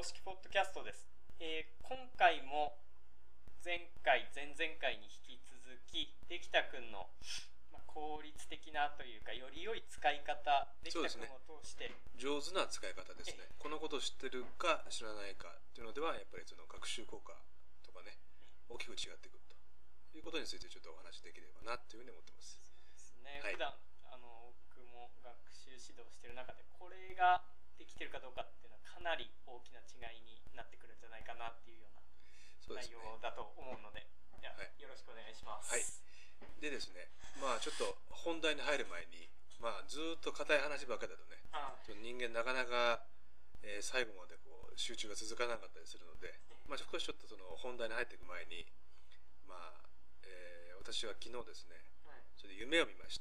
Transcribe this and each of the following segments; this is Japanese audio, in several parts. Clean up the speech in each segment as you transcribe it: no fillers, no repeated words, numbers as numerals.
式ポッドキャストです。今回も前回前々回に引き続きできたくんの、効率的なというかより良い使い方、できたくんを通して、 上手な使い方ですね。このことを知ってるか知らないかというのではやっぱりその学習効果とかね、大きく違ってくるということについてちょっとお話しできればなというふうに思ってます。 そうですね、 はい、 普段僕も学習指導している中でこれができてるかどうかっていうのはかなり大きな違いになってくるんじゃないかなっていうような内容だと思うので、よろしくお願いします。 はい。でですね、ちょっと本題に入る前に、ずっと硬い話ばっかりだとね、人間なかなか、最後までこう集中が続かなかったりするので、少しちょっとその本題に入っていく前に、私は昨日ですね、ちょっと夢を見まして、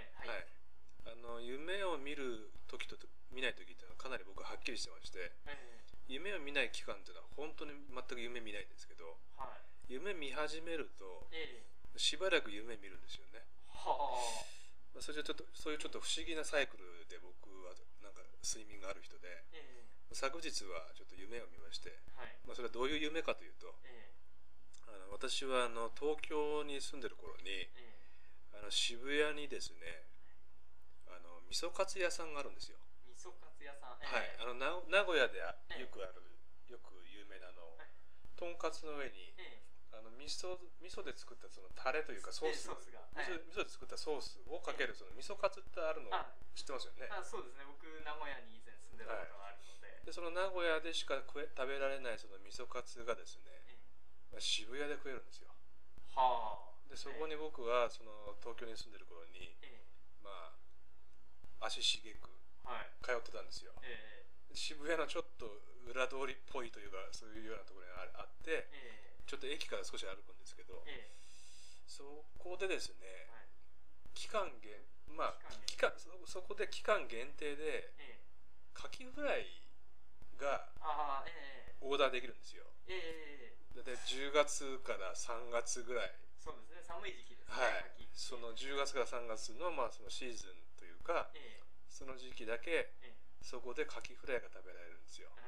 夢を見る時と見ない時っていうのはかなり僕ははっきりしてまして、夢を見ない期間っていうのは本当に全く夢見ないんですけど、夢見始めると、しばらく夢見るんですよね。そういうちょっと不思議なサイクルで僕はなんか睡眠がある人で、昨日はちょっと夢を見まして、それはどういう夢かというと、私は東京に住んでる頃に、渋谷にですね、味噌カツ屋さんがあるんですよ。 味噌カツ屋さん、 名古屋でよく有名なとんかつの上に、味噌で作ったそのタレというかソース、味噌で作ったソースをかけるその味噌カツってあるの知ってますよね。 そうですね、僕名古屋に以前住んでたことがあるので、 でその名古屋でしか食べられないその味噌カツがですね、渋谷で食えるんですよ。でそこに僕はその東京に住んでる頃に、足しげく通ってたんですよ。渋谷のちょっと裏通りっぽいというかそういうようなところにあって、ちょっと駅から少し歩くんですけど、そこでですね、そこで期間限定でカキフライがオーダーできるんですよ。だいたい10月から3月ぐらい。 そうですね、寒い時期ですね。 その10月から3月のそのシーズンというか、その時期だけそこでカキフライが食べられるんですよ。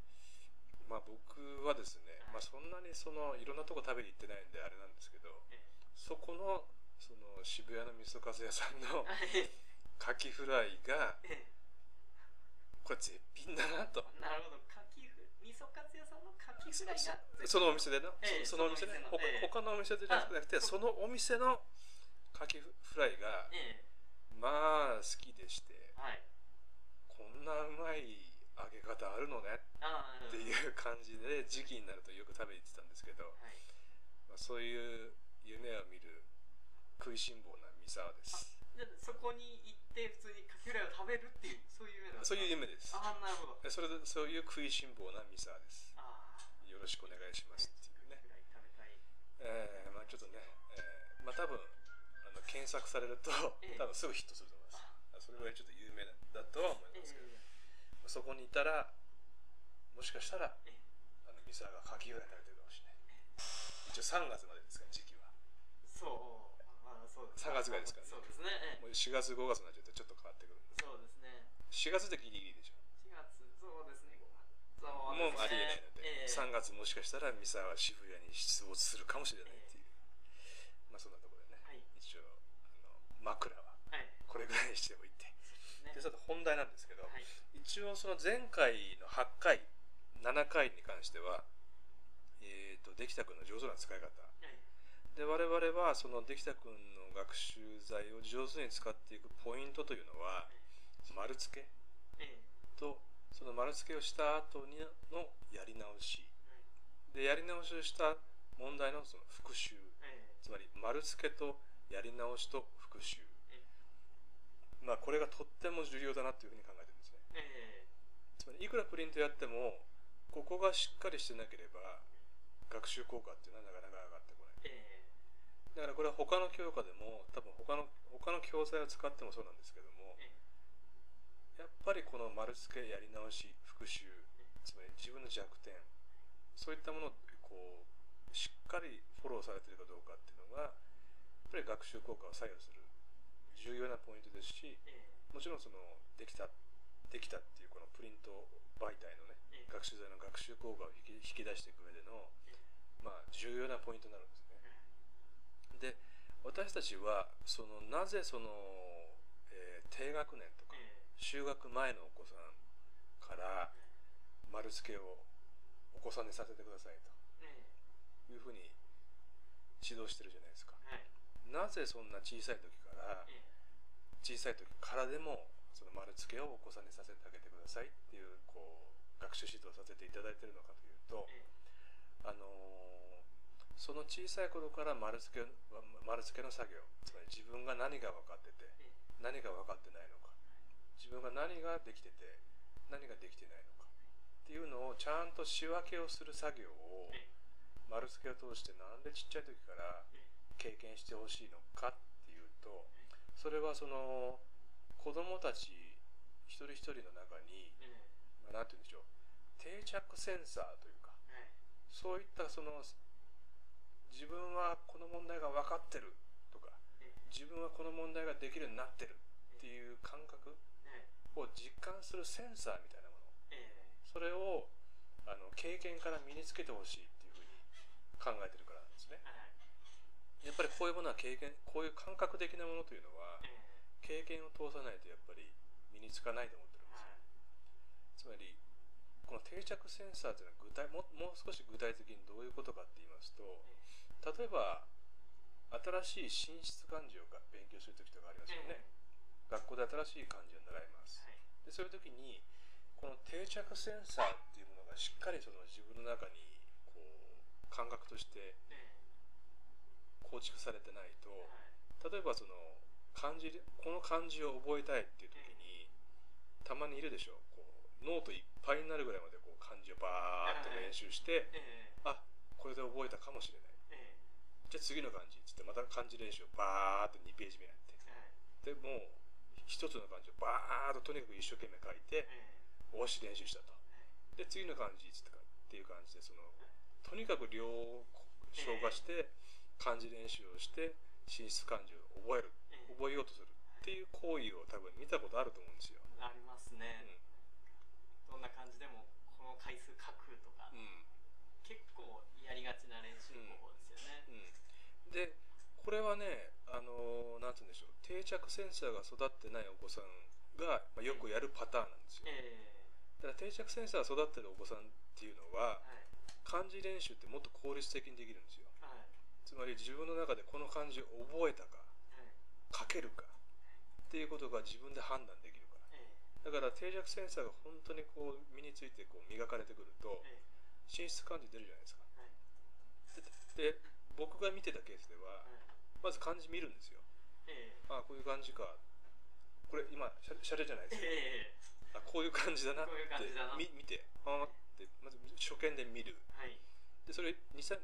僕はですね、そんなにいろんなとこ食べに行ってないんであれなんですけど、そこのその渋谷の味噌カツ屋さんのカキフライがこれ絶品だなと。 なるほど、味噌カツ屋さんのカキフライがそのお店でな、そのお店ね、他のお店じゃなくて、そのお店のカキフライが好きでして、こんなうまい揚げ方あるのねっていう感じで時期になるとよく食べに行ってたんですけど、そういう夢を見る食いしん坊な三沢です。 そこに行って普通にカキフライを食べるっていうそういう夢なんですか？ そういう夢です。 なるほど。 そういう食いしん坊な三沢です。よろしくお願いしますっていうね。ちょっとね、多分検索されると多分すぐヒットすると思います。それぐらいちょっと有名だとは思いますけど、そこにいたらもしかしたら三沢がカキフライ食べてるかもしれない。一応3月までですから時期は。 そうです。 3月ぐらいですからね。 そうですね。 もう4月5月になっちゃうとちょっと変わってくる。 そうですね。 4月でギリギリでしょ。 4月、そうですね。 もうありえないので、3月もしかしたら三沢は渋谷に出没するかもしれないっていう、そんなところでね、一応枕はこれぐらいにしておいて、でちょっと本題なんですけど、一応その前回の8回7回に関してはできたくんの上手な使い方、で我々はそのできたくんの学習材を上手に使っていくポイントというのは丸付けとその丸付けをした後にのやり直しで、やり直しをした問題のその復習、つまり丸付けとやり直しと復習、これがとっても重要だなというふうに考えてるんですね。つまりいくらプリントやってもここがしっかりしてなければ学習効果っていうのはなかなか上がってこない。だからこれは他の教科でも多分他の教材を使ってもそうなんですけども、やっぱりこの丸付け、やり直し、復習、つまり自分の弱点、そういったものをこうしっかりフォローされているかどうかっていうのがやっぱり学習効果を左右する重要なポイントですし、もちろんそのできたっできたっていうこのプリント媒体のね、学習材の学習効果を引き出していく上での、重要なポイントになるんですね。で、私たちはなぜ低学年とか就学前のお子さんから丸付けをお子さんにさせてくださいというふうに指導してるじゃないですか。なぜそんな小さい時からでもその丸付けをお子さんにさせてあげてくださいっていう学習指導させていただいているのかというと、その小さい頃から丸付けの作業、つまり自分が何が分かってて何が分かってないのか、自分が何ができてて何ができてないのかっていうのをちゃんと仕分けをする作業を丸付けを通してなんでちっちゃい時から経験してほしいのかっていうと、それは子供たち一人一人の中に何て言うんでしょう、定着センサーというか、そういった自分はこの問題が分かってるとか、自分はこの問題ができるようになってるっていう感覚を実感するセンサーみたいなもの、それを経験から身につけてほしいっていうふうに考えてるからなんですね。やっぱりこういうものはこういう感覚的なものというのは経験を通さないとやっぱり身につかないと思ってるんですよ。つまりこの定着センサーというのはもう少し具体的にどういうことかって言いますと、例えば新しい進出漢字を勉強するときとかありますよね。学校で新しい漢字を習います。でそういうときにこの定着センサーっていうものがしっかり自分の中に感覚として構築されてないと、例えばこの漢字を覚えたいっていうときにたまにいるでしょう。ノートいっぱいになるぐらいまで漢字をバーッと練習して、これで覚えたかもしれない。じゃあ次の漢字っつってまた漢字練習をバーッと2ページ目やって、でもう一つの漢字をバーッととにかく一生懸命書いて、おし練習したと。で次の漢字っつっていう感じでとにかく量を消化して漢字練習をして進出漢字を覚えようとするっていう行為を多分見たことあると思うんですよ。 ありますね。どんな感じでもこの回数書くとか、結構やりがちな練習方法ですよね。 でこれはね、なんて言うんでしょう、定着センサーが育ってないお子さんがよくやるパターンなんですよ。だから定着センサーが育ってるお子さんっていうのは、漢字練習ってもっと効率的にできるんですよ。つまり自分の中でこの漢字を覚えたか、書けるかっていうことが自分で判断できるから。だから定着センサーが本当に身について磨かれてくると、進出漢字出るじゃないですか。で僕が見てたケースでは、まず漢字見るんですよ。こういう漢字か、これ今シャレじゃないですか。こういう感じだなって見て、ってまず初見で見る。でそれ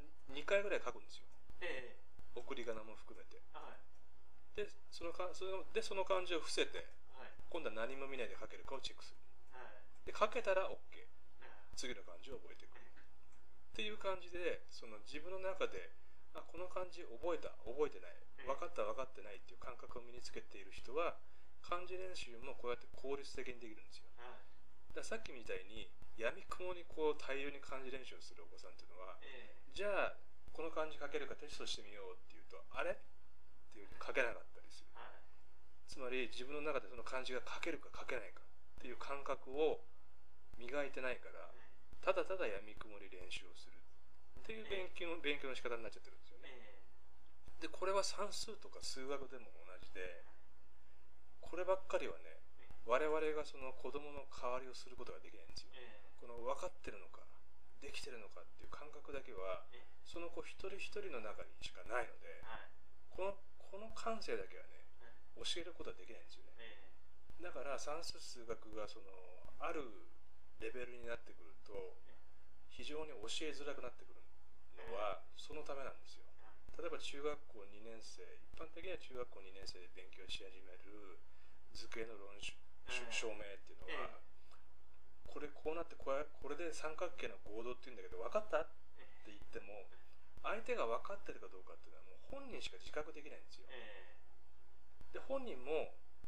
2回ぐらい書くんですよ。送り仮名も含めて。でその漢字を伏せて、今度は何も見ないで書けるかをチェックする。で書けたら OK、次の漢字を覚えていくっていう感じで、自分の中でこの漢字覚えた覚えてない、分かった分かってないっていう感覚を身につけている人は漢字練習もこうやって効率的にできるんですよ。だからさっきみたいにやみくもに大量に漢字練習をするお子さんっていうのは、じゃあこの漢字書けるかテストしてみようっていうと、あれっていうふうに書けなかったりする。つまり自分の中でその漢字が書けるか書けないかっていう感覚を磨いてないから、ただただやみくもり練習をするっていう勉強の仕方になっちゃってるんですよね。でこれは算数とか数学でも同じで、こればっかりはね、我々が子供の代わりをすることができないんですよ。この分かってるのかできてるのかっていう感覚だけはその子一人一人の中にしかないので、この感性だけはね教えることはできないんですよね。だから算数数学があるレベルになってくると非常に教えづらくなってくるのはそのためなんですよ。例えば中学校2年生、一般的には中学校2年生で勉強し始める図形の証明っていうのは、こうなってこれで三角形の合同っていうんだけど分かったって言っても相手が分かってるかどうかっていうのはもう本人しか自覚できないんですよ。で本人も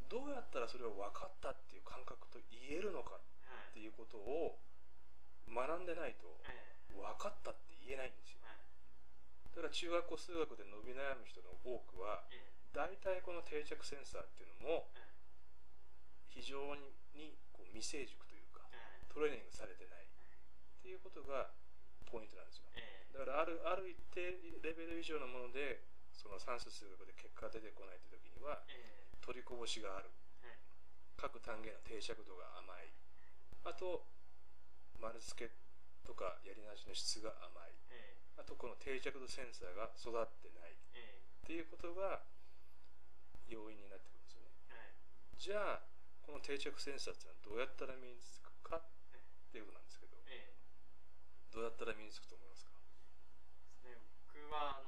どうやったらそれを分かったっていう感覚と言えるのかっていうことを学んでないと分かったって言えないんですよ。だから中学校数学で伸び悩む人の多くは大体この定着センサーっていうのも非常にこう未成熟というかトレーニングされてないっていうことがポイントなんですよ。だからある一定レベル以上のものでその算数数学で結果が出てこないという時には取りこぼしがある、各単元の定着度が甘い、あと丸付けとかやり直しの質が甘い、あとこの定着度センサーが育ってないっていうことが要因になってくるんですよね。じゃあこの定着センサーっていうのはどうやったら身につくかっていうことなんですけど、どうやったら身につくと思いますか？ 僕は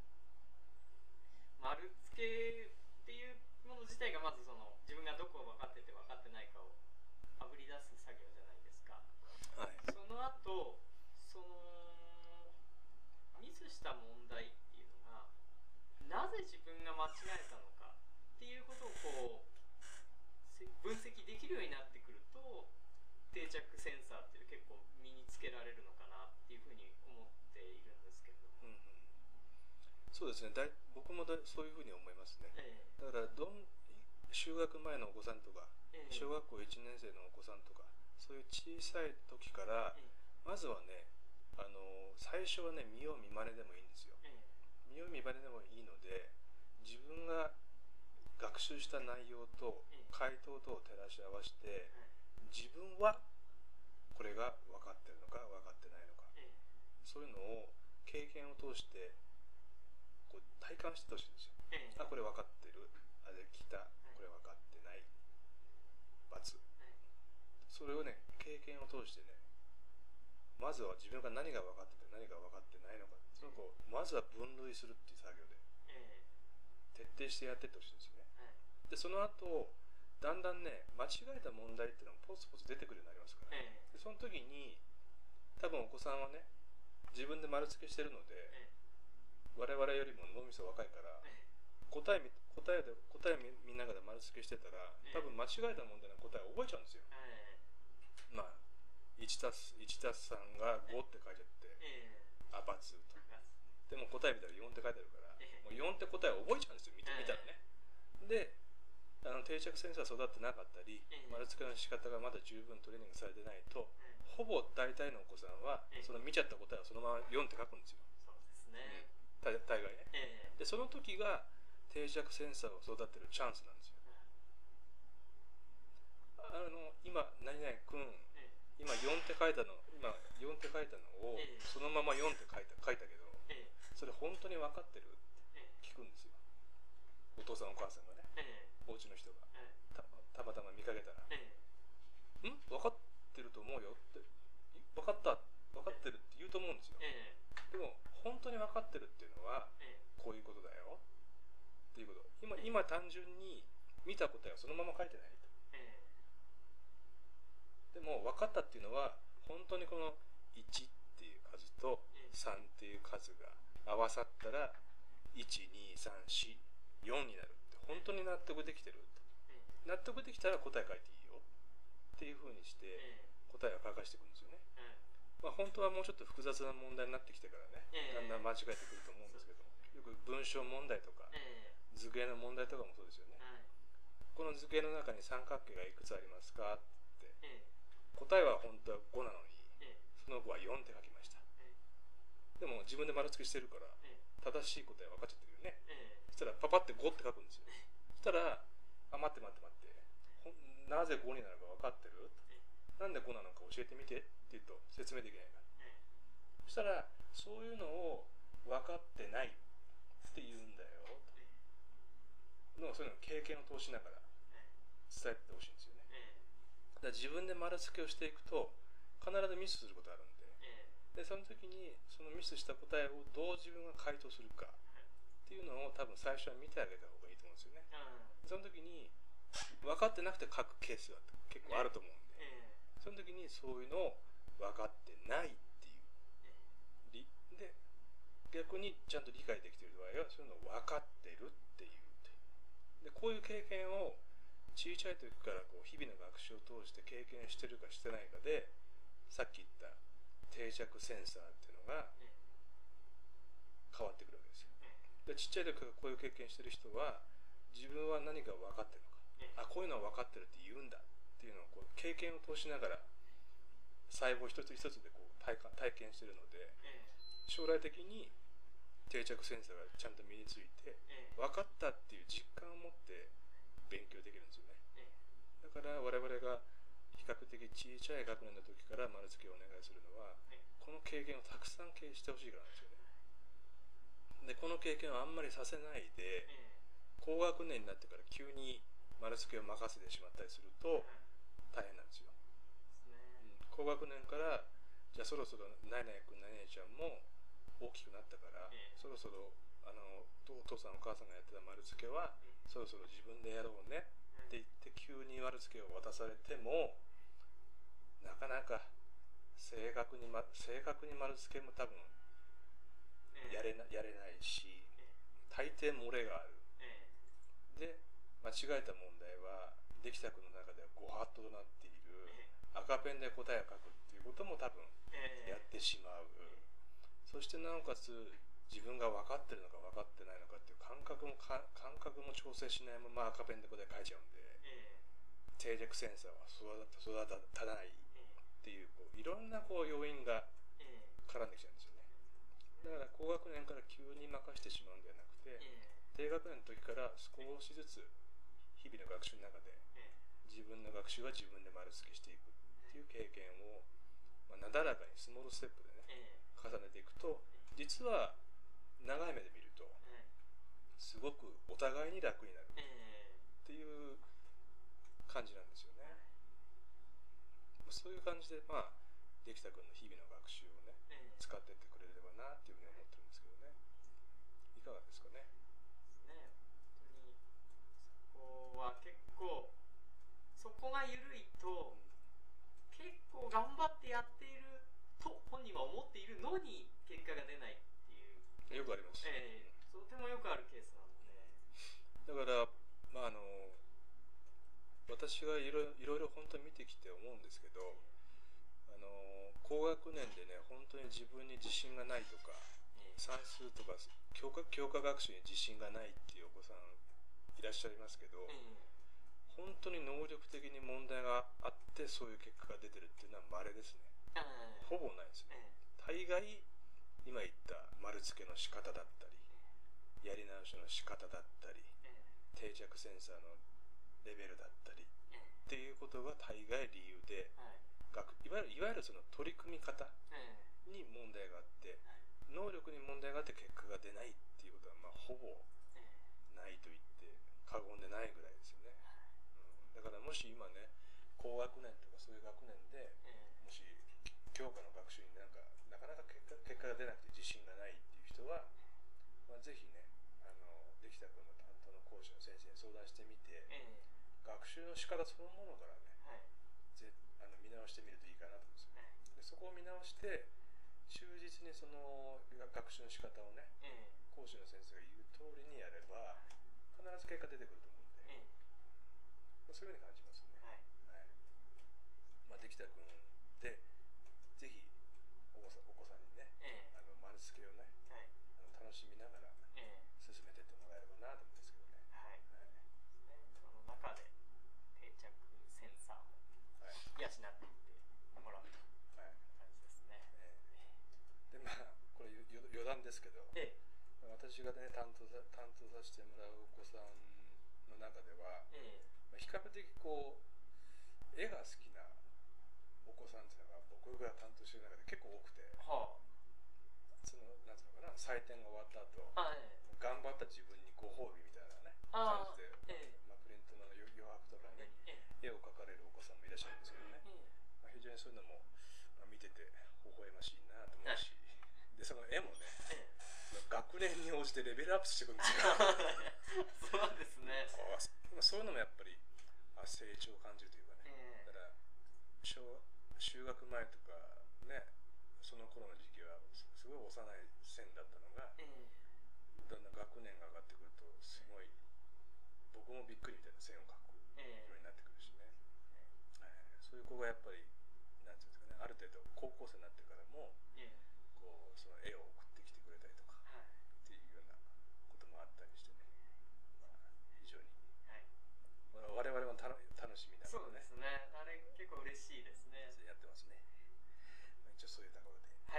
丸付けっていうもの自体がまずその自分がどこを分かってて分かってないかをあぶり出す作業じゃないですか。はい、その後ミスした問題っていうのがなぜ自分が間違えたのかっていうことをこう分析できるようになってくると定着センサーっていう結構身につけられるのかなっていうふうに思っているんですけど、 そうですね。僕もそういうふうに思いますね。だから就学前のお子さんとか、小学校1年生のお子さんとか、そういう小さい時から、まずはね、最初はね、見よう見まねでもいいんですよ。見よう見まねでもいいので、自分が学習した内容と回答とを照らし合わせて、自分はこれが分かってるのか分かってないのか、そういうのを経験を通してこう体感してほしいんですよ。あ、これ分かってる、あれ来た、これ分かってない、×。それをね、経験を通してね、まずは自分が何が分かってて何が分かってないのか、そのこうまずは分類するっていう作業で徹底してやっていってほしいんですよね。でその後だんだんね、間違えた問題っていうのがポツポツ出てくるようになりますから、でその時に多分お子さんはね、自分で丸付けしてるので、我々よりも脳みそ若いから、答え見ながら丸付けしてたら、多分間違えた問題の答えを覚えちゃうんですよ。まあ 1+1+3 が5って書いてあって、あ、×と。でも答え見たら4って書いてあるから、もう4って答えを覚えちゃうんですよ、見たらね。で定着センサー育ってなかったり、丸付けの仕方がまだ十分トレーニングされてないと、ほぼ大体のお子さんはその見ちゃった答えをそのまま4って書くんですよ。 そうですね。 大概ね。でその時が定着センサーを育てるチャンスなんですよ。今何々君、今4って書いたのをそのまま4って書いたけど、それ本当に分かってるって聞くんですよ。お父さんお母さんがね、お家の人がたまたま見かけたら、分かってると思うよって、分かってるって言うと思うんですよ。でも本当に分かってるっていうのはこういうことだよっていうこと。今単純に見た答えをそのまま書いてないと。でも分かったっていうのは本当にこの1っていう数と3っていう数が合わさったら12344になるって本当に納得できてると。納得できたら答え書いていいよっていうふうにして答えを書かしていくんですよね。まあ本当はもうちょっと複雑な問題になってきてからね、だんだん間違えてくると思うんですけど、よく文章問題とか図形の問題とかもそうですよね。この図形の中に三角形がいくつありますかって、答えは本当は5なのにその5は4って書きました。でも自分で丸付けしてるから正しい答えは分かっちゃってるよね。そしたらパパって5って書くんですよ。そしたら待ってなぜ5になるか分かってる？なんで5なのか教えてみてって言うと説明できないから。そしたらそういうのを分かってないって言うんだよと。そういうのを経験を通しながら伝えてほしいんですよね。だから自分で丸付けをしていくと必ずミスすることがあるんで、その時にそのミスした答えをどう自分が回答するかっていうのを多分最初は見てあげた方がいいと思うんですよね。その時に分かってなくて書くケースは結構あると思うんで、その時にそういうのを分かってないっていうで、逆にちゃんと理解できている場合はそういうのを分かってるっていうで、こういう経験を小さい時からこう日々の学習を通して経験してるかしてないかで、さっき言った定着センサーっていうのが変わってくるわけですよ。でちっちゃい時からこういう経験してる人は自分は何か分かってるのか、あ、こういうのは分かってるって言うんだっていうのをこう経験を通しながら細胞一つ一つでこう体験してるので、将来的に定着センサーがちゃんと身について分かったっていう実感を持って勉強できるんですよね。だから我々が比較的小さい学年の時から丸付けをお願いするのは、この経験をたくさんしてほしいからなんですよね。でこの経験をあんまりさせないで、高学年になってから急に丸付けを任せてしまったりすると大変なんですよ。高学年からじゃあそろそろ何々君何々ちゃんも大きくなったから、そろそろお父さんお母さんがやってた丸付けはそろそろ自分でやろうねって言って急に丸付けを渡されても、なかなか正確に丸付けも多分やれないし、大抵漏れがある。で間違えた問題はできた君の中ではご法度となっている、赤ペンで答えを書くっていうことも多分やってしまう。そしてなおかつ自分が分かってるのか分かってないのかっていう感覚も調整しないまま赤ペンで答え書いちゃうんで、定着センサーは育たないっていう、いろんな要因が絡んできちゃうんですよね。だから高学年から急に任せてしまうんではなくて、低学年の時から少しずつ日々の学習の中で自分の学習は自分で丸付けしていくっていう経験を、なだらかにスモールステップでね重ねていくと、実は長い目で見るとすごくお互いに楽になるっていう感じなんですよね。そういう感じでできた君の日々の学習をね使っていってくれればなっていうふうに思ってるんですけどね。いかがですかね。 本当にそこは結構そこが緩いと、結構頑張ってやっていると本人は思っているのに結果が出ないっていう、 よくあります。 とてもよくあるケースなので、だから私がいろいろ本当に見てきて思うんですけど、高学年でね本当に自分に自信がないとか、算数とか教科学習に自信がないっていうお子さんいらっしゃいますけど、本当に能力的に問題があってそういう結果が出てるっていうのは稀ですね。ほぼないですね。大概今言った丸付けの仕方だったり、やり直しの仕方だったり、定着センサーのレベルだったりっていうことが大概理由で、いわゆるその取り組み方に問題があって、能力に問題があって結果が出ないっていうことはほぼないと言って過言でないぐらいですよね。だからもし今ね高学年とかそういう学年でもし教科の学習になかなか結果が出なくて自信がないっていう人は、ぜひねできた君の担当の講師の先生に相談してみて、学習の仕方そのものからね、見直してみるといいかなと思うんですよ。でそこを見直して忠実にその学習の仕方をね、講師の先生が言う通りにやれば必ず結果出てくると思うんで、そういうふうに感じますね。できた君でぜひお子さんにね、丸付けをね、楽しみながら進めていってもらえればなと思うんですけどね。 その中で定着センサーも養っていってもらうという感じですね。 でこれ余談ですけど、私がね担当させてもらうお子さんの中では、比較的絵が好きなお子さんっていうのが僕が担当してる中で結構多くて、そのなんていうのかな、採点が終わった後、頑張った自分にご褒美みたいなね感じで、プリントの余白とかに絵を描かれるお子さんもいらっしゃるんですけどね、非常にそういうのも見てて微笑ましいなと思うし、でその絵もね、学年に応じてレベルアップしていくんですよ。 そうですね。 そういうのもやっぱり成長を感じるというかね、だから就学前とかね、その頃の時期はすごい幼い線だったのが、だんだん学年が上がってくるとすごい僕もびっくりみたいな線を描くようになってくるしね、そういう子がやっぱりなんていうんですかね、ある程度高校生になってからも、こうその絵を送ってきてくれたりとか、っていうようなこともあったりしてね、非常に、我々も楽しみながらね。 そうですね。あれ結構嬉しいですね。 やってますね。一応そういうところで。 はい。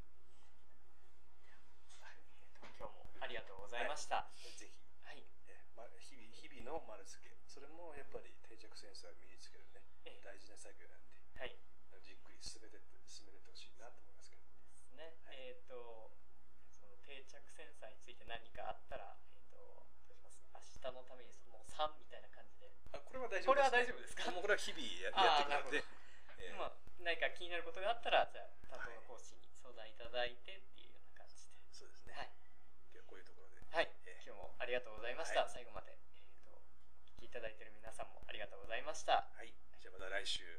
今日もありがとうございました。 ぜひ。はい。日々の丸付け、それもやっぱり定着センサーを身につけるね、大事な作業なんで、じっくり進めてほしいなと思いますけど。 ですね。その定着センサーについて何かあったら、どうします？明日のためにその3みたいな感じで。 これは大丈夫です。 これは大丈夫ですか？ もうこれは日々やってくるので。 何か気になることがあったら、じゃあ担当の講師に相談いただいてっていうような感じで。 そうですね。今日はこういうところで。 はい。今日もありがとうございました。最後までお聞きいただいている皆さんもありがとうございました。 はい。じゃあまた来週。